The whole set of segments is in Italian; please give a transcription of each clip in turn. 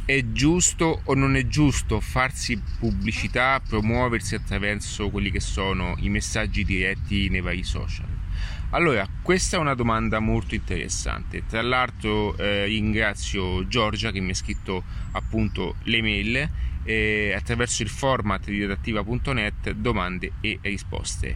è giusto o non è giusto farsi pubblicità, promuoversi attraverso quelli che sono i messaggi diretti nei vari social? Allora, questa è una domanda molto interessante. Tra l'altro ringrazio Giorgia che mi ha scritto appunto l'email attraverso il format di redattiva.net domande e risposte.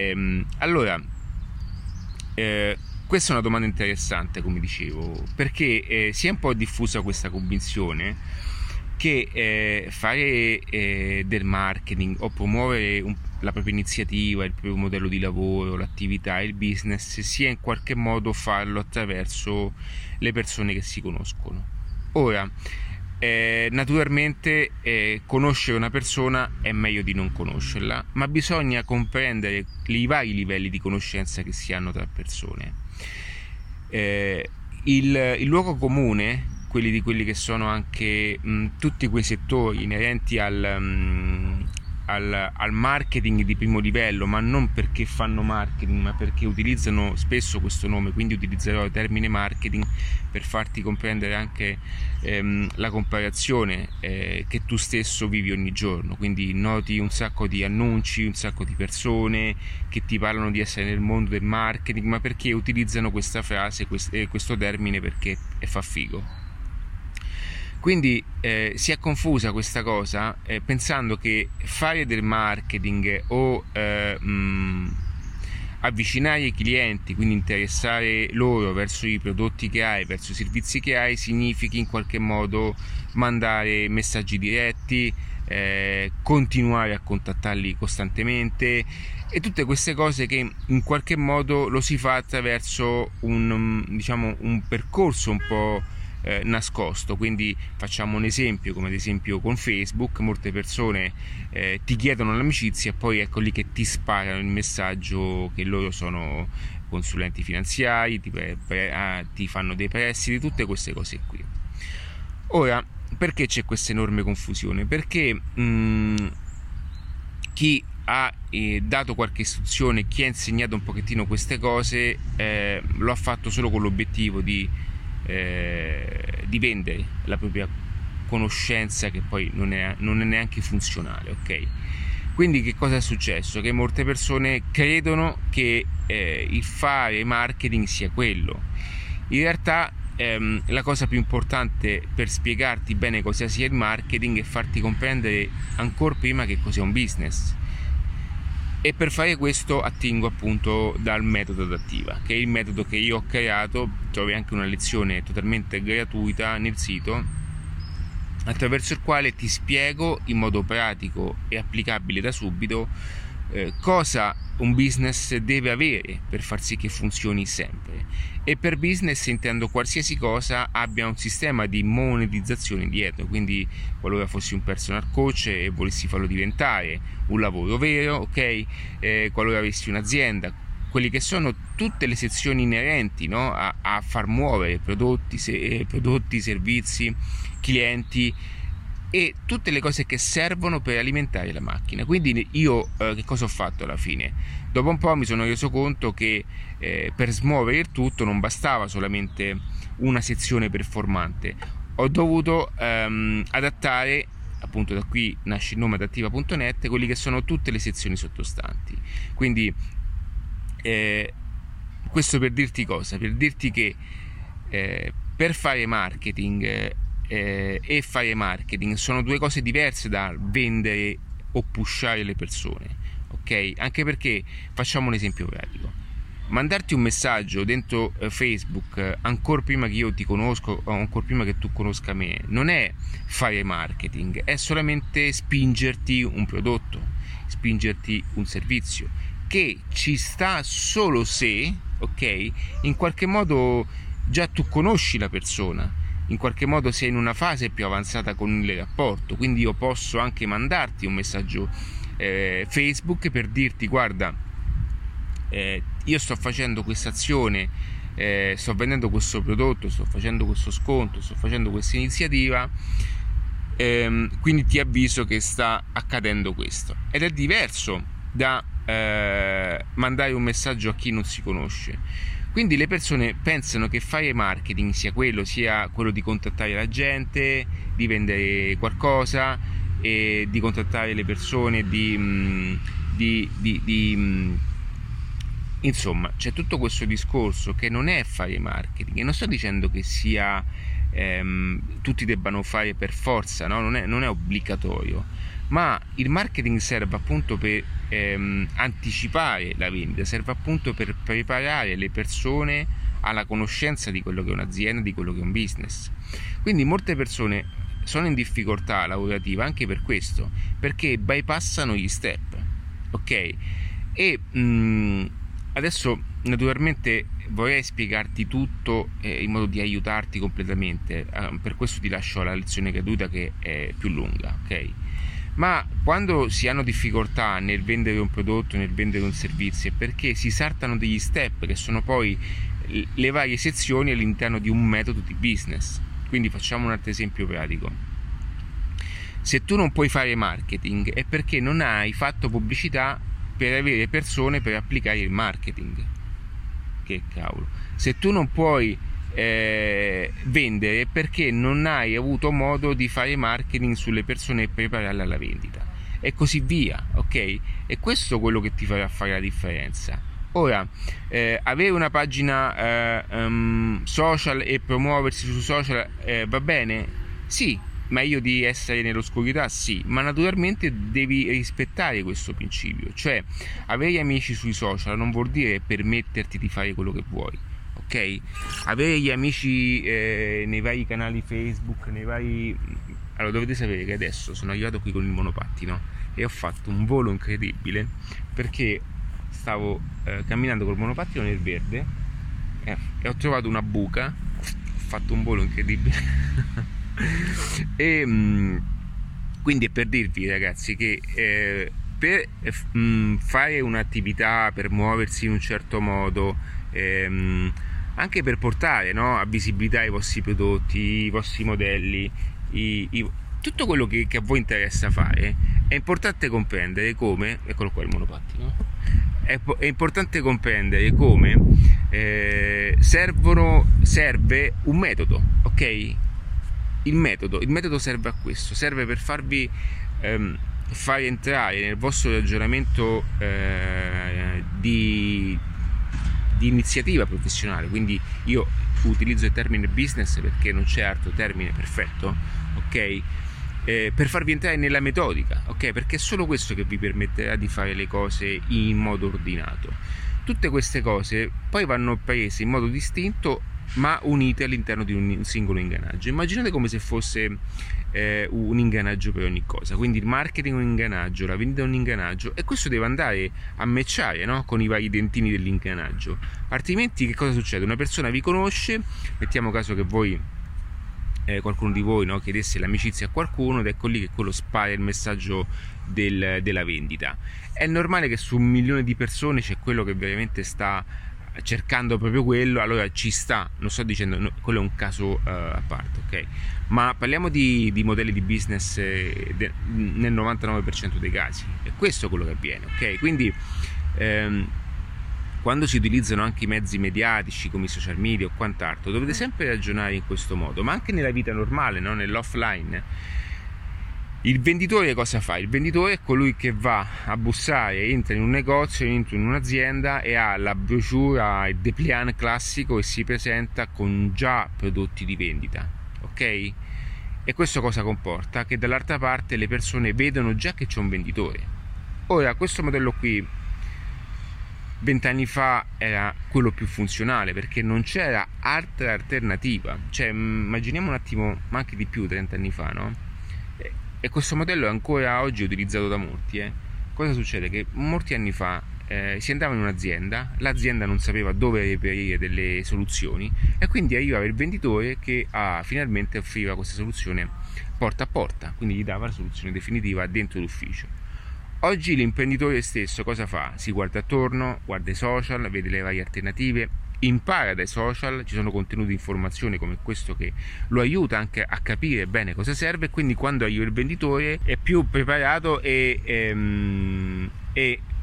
Questa è una domanda interessante, come dicevo, perché si è un po' diffusa questa convinzione che fare del marketing o promuovere la propria iniziativa, il proprio modello di lavoro, l'attività, il business, sia in qualche modo farlo attraverso le persone che si conoscono. Ora, naturalmente conoscere una persona è meglio di non conoscerla, ma bisogna comprendere i vari livelli di conoscenza che si hanno tra persone. Il luogo comune, quelli che sono anche tutti quei settori inerenti al marketing di primo livello, ma non perché fanno marketing, ma perché utilizzano spesso questo nome, quindi utilizzerò il termine marketing per farti comprendere anche la comparazione che tu stesso vivi ogni giorno. Quindi noti un sacco di annunci, un sacco di persone che ti parlano di essere nel mondo del marketing, ma perché utilizzano questa frase, questo termine, perché fa figo. Quindi si è confusa questa cosa pensando che fare del marketing o avvicinare i clienti, quindi interessare loro verso i prodotti che hai, verso i servizi che hai, significhi in qualche modo mandare messaggi diretti, continuare a contattarli costantemente e tutte queste cose che in qualche modo lo si fa attraverso un percorso un po' nascosto. Quindi facciamo un esempio, come ad esempio con Facebook, molte persone ti chiedono l'amicizia e poi ecco lì che ti sparano il messaggio che loro sono consulenti finanziari, ti fanno dei prestiti, tutte queste cose qui. Ora, perché c'è questa enorme confusione? Perché chi ha dato qualche istruzione, chi ha insegnato un pochettino queste cose, lo ha fatto solo con l'obiettivo di vendere la propria conoscenza, che poi non è neanche funzionale, ok? Quindi che cosa è successo? Che molte persone credono che il fare marketing sia quello. In realtà la cosa più importante per spiegarti bene cosa sia il marketing è farti comprendere ancora prima che cos'è un business. E per fare questo attingo appunto dal metodo adattiva, che è il metodo che io ho creato. Trovi anche una lezione totalmente gratuita nel sito, attraverso il quale ti spiego in modo pratico e applicabile da subito cosa un business deve avere per far sì che funzioni sempre. E per business intendo qualsiasi cosa abbia un sistema di monetizzazione dietro. Quindi qualora fossi un personal coach e volessi farlo diventare un lavoro vero, ok? Qualora avessi un'azienda, quelli che sono tutte le sezioni inerenti, no? a far muovere prodotti, servizi, clienti e tutte le cose che servono per alimentare la macchina. Quindi io che cosa ho fatto alla fine? Dopo un po' mi sono reso conto che per smuovere il tutto non bastava solamente una sezione performante, ho dovuto adattare, appunto da qui nasce il nome adattiva.net, quelli che sono tutte le sezioni sottostanti. Quindi questo per dirti cosa? Per dirti che per fare marketing e fare marketing sono due cose diverse da vendere o pushare le persone, ok? Anche perché, facciamo un esempio pratico, mandarti un messaggio dentro Facebook ancora prima che io ti conosco o ancora prima che tu conosca me non è fare marketing, è solamente spingerti un prodotto, spingerti un servizio che ci sta solo se, ok, in qualche modo già tu conosci la persona, in qualche modo sei in una fase più avanzata con il rapporto. Quindi io posso anche mandarti un messaggio Facebook per dirti: guarda, io sto facendo questa azione, sto vendendo questo prodotto, sto facendo questo sconto, sto facendo questa iniziativa, quindi ti avviso che sta accadendo questo. Ed è diverso da mandare un messaggio a chi non si conosce. Quindi le persone pensano che fare marketing sia quello di contattare la gente, di vendere qualcosa, e di contattare le persone, insomma, c'è tutto questo discorso che non è fare marketing. E non sto dicendo che sia tutti debbano fare per forza, no? Non è obbligatorio, ma il marketing serve appunto per anticipare la vendita, serve appunto per preparare le persone alla conoscenza di quello che è un'azienda, di quello che è un business. Quindi molte persone sono in difficoltà lavorativa anche per questo, perché bypassano gli step, ok? E adesso naturalmente vorrei spiegarti tutto in modo di aiutarti completamente, per questo ti lascio la lezione gratuita che è più lunga, ok? Ma quando si hanno difficoltà nel vendere un prodotto, nel vendere un servizio, è perché si saltano degli step che sono poi le varie sezioni all'interno di un metodo di business. Quindi facciamo un altro esempio pratico. Se tu non puoi fare marketing è perché non hai fatto pubblicità per avere persone per applicare il marketing. Che cavolo. Se tu non puoi vendere è perché non hai avuto modo di fare marketing sulle persone e prepararle alla vendita, e così via, ok? E questo è quello che ti farà fare la differenza. Ora, avere una pagina social e promuoversi su social va bene? Sì. Meglio di essere nell'oscurità? Sì, ma naturalmente devi rispettare questo principio, cioè avere amici sui social non vuol dire permetterti di fare quello che vuoi, ok? Avere gli amici nei vari canali Facebook, allora dovete sapere che adesso sono arrivato qui con il monopattino e ho fatto un volo incredibile, perché stavo camminando col monopattino nel verde e ho trovato una buca, ho fatto un volo incredibile. E quindi è per dirvi, ragazzi, che per fare un'attività, per muoversi in un certo modo, anche per portare, no, a visibilità i vostri prodotti, i vostri modelli, tutto quello che a voi interessa fare, è importante comprendere come, eccolo qua il monopattino, è importante comprendere come serve un metodo, ok? Il metodo serve a questo, serve per farvi far entrare nel vostro ragionamento di iniziativa professionale. Quindi io utilizzo il termine business perché non c'è altro termine perfetto, ok? Per farvi entrare nella metodica, ok? Perché è solo questo che vi permetterà di fare le cose in modo ordinato. Tutte queste cose poi vanno prese in modo distinto ma unite all'interno di un singolo ingranaggio. Immaginate come se fosse un ingranaggio per ogni cosa. Quindi il marketing è un ingranaggio, la vendita è un ingranaggio, e questo deve andare a matchare, no? Con i vari dentini dell'ingranaggio. Altrimenti che cosa succede? Una persona vi conosce, mettiamo caso che voi qualcuno di voi, no, chiedesse l'amicizia a qualcuno, ed ecco lì che quello spara il messaggio della vendita. È normale che su 1 milione di persone c'è quello che veramente sta cercando proprio quello, allora ci sta, non sto dicendo, no, quello è un caso a parte, ok? Ma parliamo di modelli di business nel 99% dei casi, e questo è quello che avviene, ok? Quindi quando si utilizzano anche i mezzi mediatici come i social media o quant'altro, dovete sempre ragionare in questo modo, ma anche nella vita normale, no? Nell'offline. Il venditore cosa fa? Il venditore è colui che va a bussare, entra in un negozio, entra in un'azienda e ha la brochure, il dépliant classico, e si presenta con già prodotti di vendita, ok? E questo cosa comporta? Che dall'altra parte le persone vedono già che c'è un venditore. Ora, questo modello qui 20 anni fa era quello più funzionale, perché non c'era altra alternativa. Cioè, immaginiamo un attimo, ma anche di più, 30 anni fa, no? E questo modello è ancora oggi utilizzato da molti. Cosa succede? Che molti anni fa si andava in un'azienda, l'azienda non sapeva dove reperire delle soluzioni, e quindi arrivava il venditore che finalmente offriva questa soluzione porta a porta, quindi gli dava la soluzione definitiva dentro l'ufficio. Oggi l'imprenditore stesso cosa fa? Si guarda attorno, guarda i social, vede le varie alternative, impara dai social, ci sono contenuti di informazione come questo che lo aiuta anche a capire bene cosa serve, e quindi quando arriva il venditore è più preparato e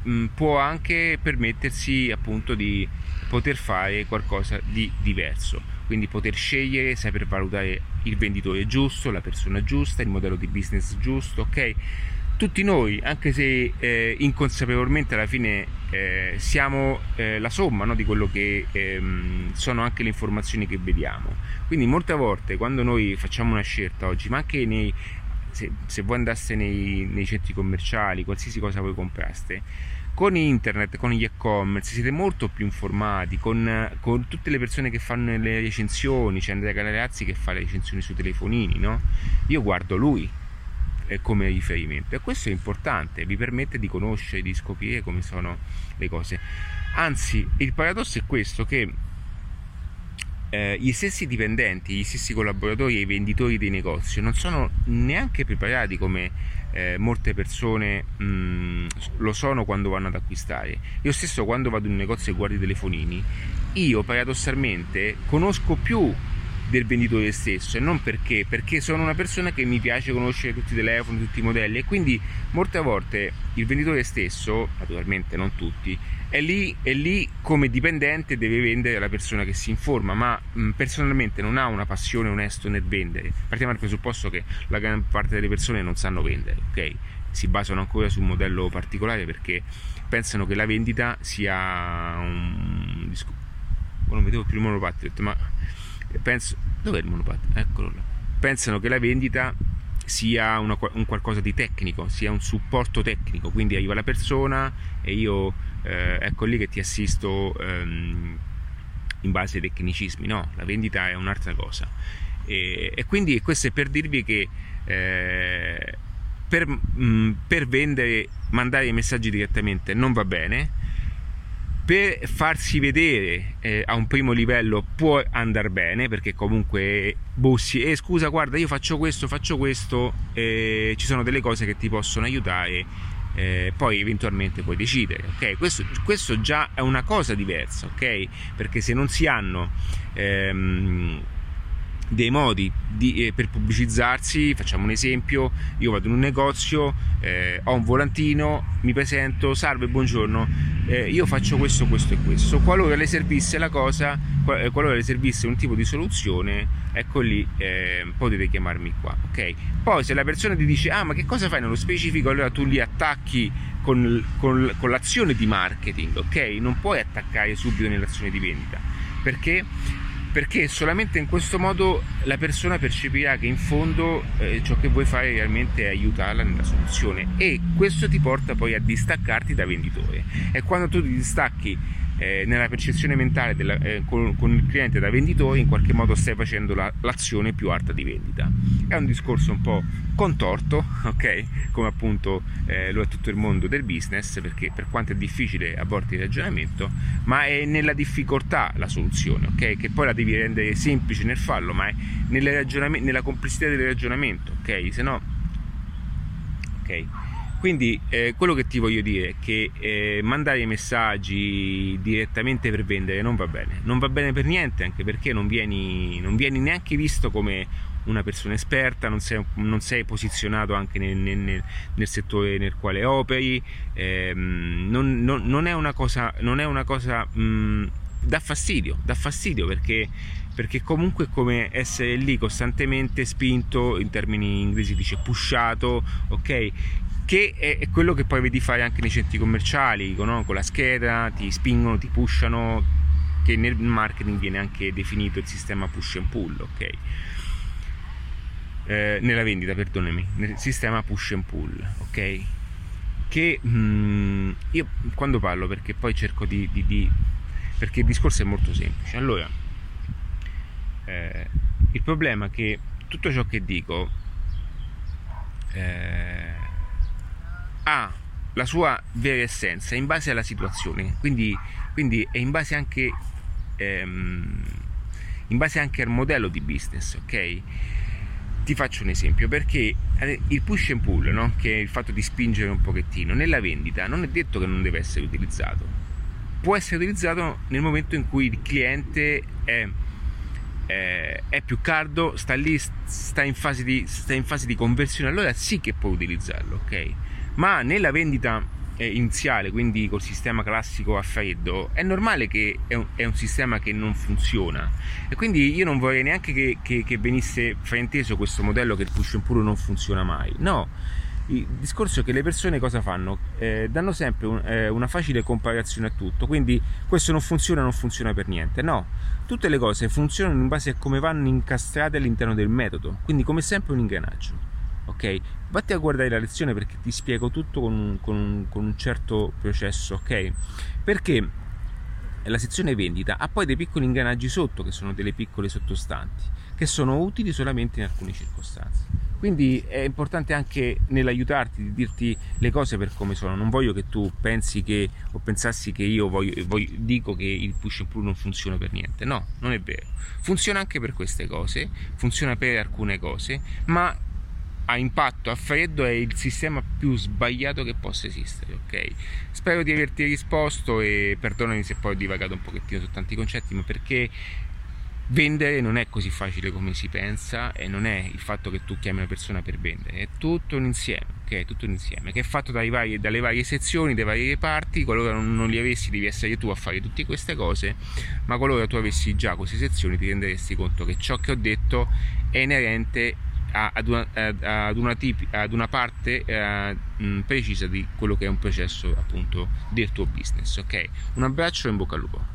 può anche permettersi appunto di poter fare qualcosa di diverso, quindi poter scegliere, saper valutare il venditore giusto, la persona giusta, il modello di business giusto, ok? Tutti noi, anche se inconsapevolmente alla fine siamo la somma, no, di quello che sono anche le informazioni che vediamo. Quindi molte volte quando noi facciamo una scelta oggi, ma anche se voi andaste nei centri commerciali, qualsiasi cosa voi compraste, con internet, con gli e-commerce siete molto più informati, con tutte le persone che fanno le recensioni. C'è Andrea Calarezzi che fa le recensioni sui telefonini, no? Io guardo lui come riferimento, e questo è importante, vi permette di conoscere, di scoprire come sono le cose. Anzi, il paradosso è questo, che gli stessi dipendenti, gli stessi collaboratori e i venditori dei negozi non sono neanche preparati come molte persone lo sono quando vanno ad acquistare. Io stesso, quando vado in un negozio e guardo i telefonini, io paradossalmente conosco più del venditore stesso, e non perché sono una persona che mi piace conoscere tutti i telefoni, tutti i modelli, e quindi molte volte il venditore stesso, naturalmente non tutti, è lì come dipendente, deve vendere alla persona che si informa, ma personalmente non ha una passione onesta nel vendere. Partiamo dal presupposto che la gran parte delle persone non sanno vendere, ok? Si basano ancora su un modello particolare perché pensano che la vendita sia non vedevo più il monopattino, ma dov'è il monopattino? Eccolo là. Pensano che la vendita sia un qualcosa di tecnico, sia un supporto tecnico, quindi arriva la persona e io ecco lì che ti assisto in base ai tecnicismi. No, la vendita è un'altra cosa, e quindi questo è per dirvi che per vendere, mandare i messaggi direttamente non va bene. Per farsi vedere a un primo livello può andare bene, perché comunque bussi scusa, guarda, io faccio questo, ci sono delle cose che ti possono aiutare, poi eventualmente puoi decidere, ok? Questo già è una cosa diversa, ok? Perché se non si hanno dei modi per pubblicizzarsi, facciamo un esempio: io vado in un negozio, ho un volantino, mi presento, salve, buongiorno, io faccio questo e questo, qualora le servisse qualora le servisse un tipo di soluzione, ecco lì, potete chiamarmi qua, ok? Poi se la persona ti dice ma che cosa fai nello specifico, allora tu li attacchi con l'azione di marketing, ok? Non puoi attaccare subito nell'azione di vendita, perché solamente in questo modo la persona percepirà che in fondo ciò che vuoi fare realmente è aiutarla nella soluzione, e questo ti porta poi a distaccarti da venditore. E quando tu ti distacchi nella percezione mentale con il cliente da venditore, in qualche modo stai facendo l'azione più alta di vendita. È un discorso un po' contorto, ok? Come appunto lo è tutto il mondo del business, perché per quanto è difficile a volte il ragionamento, ma è nella difficoltà la soluzione, ok? Che poi la devi rendere semplice nel farlo, ma è nella complessità del ragionamento, ok? Se no, ok? Quindi quello che ti voglio dire è che mandare i messaggi direttamente per vendere non va bene per niente, anche perché non vieni neanche visto come una persona esperta, non sei posizionato anche nel settore nel quale operi, non è una cosa dà fastidio perché comunque è come essere lì costantemente spinto, in termini inglesi dice pushato, ok? Che è quello che poi vedi fare anche nei centri commerciali, no? Con la scheda ti spingono, ti pushano, che nel marketing viene anche definito il sistema push and pull, ok? Nella vendita, perdonami, nel sistema push and pull, ok? Che io quando parlo, perché poi cerco perché il discorso è molto semplice. Allora, il problema è che tutto ciò che dico ha la sua vera essenza in base alla situazione, quindi è in base anche al modello di business, ok? Ti faccio un esempio, perché il push and pull, no? Che è il fatto di spingere un pochettino nella vendita, non è detto che non deve essere utilizzato. Può essere utilizzato nel momento in cui il cliente è più caldo, sta in fase di conversione, allora sì che puoi utilizzarlo, ok? Ma nella vendita iniziale, quindi col sistema classico a freddo, è normale che è un sistema che non funziona, e quindi io non vorrei neanche che venisse frainteso questo modello che il push and pull non funziona mai. No, il discorso è che le persone cosa fanno? Danno sempre una facile comparazione a tutto, quindi questo non funziona per niente. No, tutte le cose funzionano in base a come vanno incastrate all'interno del metodo, quindi come sempre un ingranaggio. Ok, vatti a guardare la lezione perché ti spiego tutto con un certo processo, ok? Perché la sezione vendita ha poi dei piccoli ingranaggi sotto, che sono delle piccole sottostanti, che sono utili solamente in alcune circostanze. Quindi è importante anche nell'aiutarti, di dirti le cose per come sono. Non voglio che tu pensi che, o pensassi che io dico che il push and pull non funziona per niente. No, non è vero. Funziona anche per queste cose, funziona per alcune cose, ma a impatto, a freddo, è il sistema più sbagliato che possa esistere, ok? Spero di averti risposto e perdonami se poi ho divagato un pochettino su tanti concetti, ma perché vendere non è così facile come si pensa, e non è il fatto che tu chiami una persona per vendere, è tutto un insieme, ok? Tutto un insieme che è fatto dalle varie sezioni, dai vari reparti. Qualora non li avessi, devi essere tu a fare tutte queste cose, ma qualora tu avessi già queste sezioni ti renderesti conto che ciò che ho detto è inerente ad una parte precisa di quello che è un processo appunto del tuo business, ok? Un abbraccio e in bocca al lupo.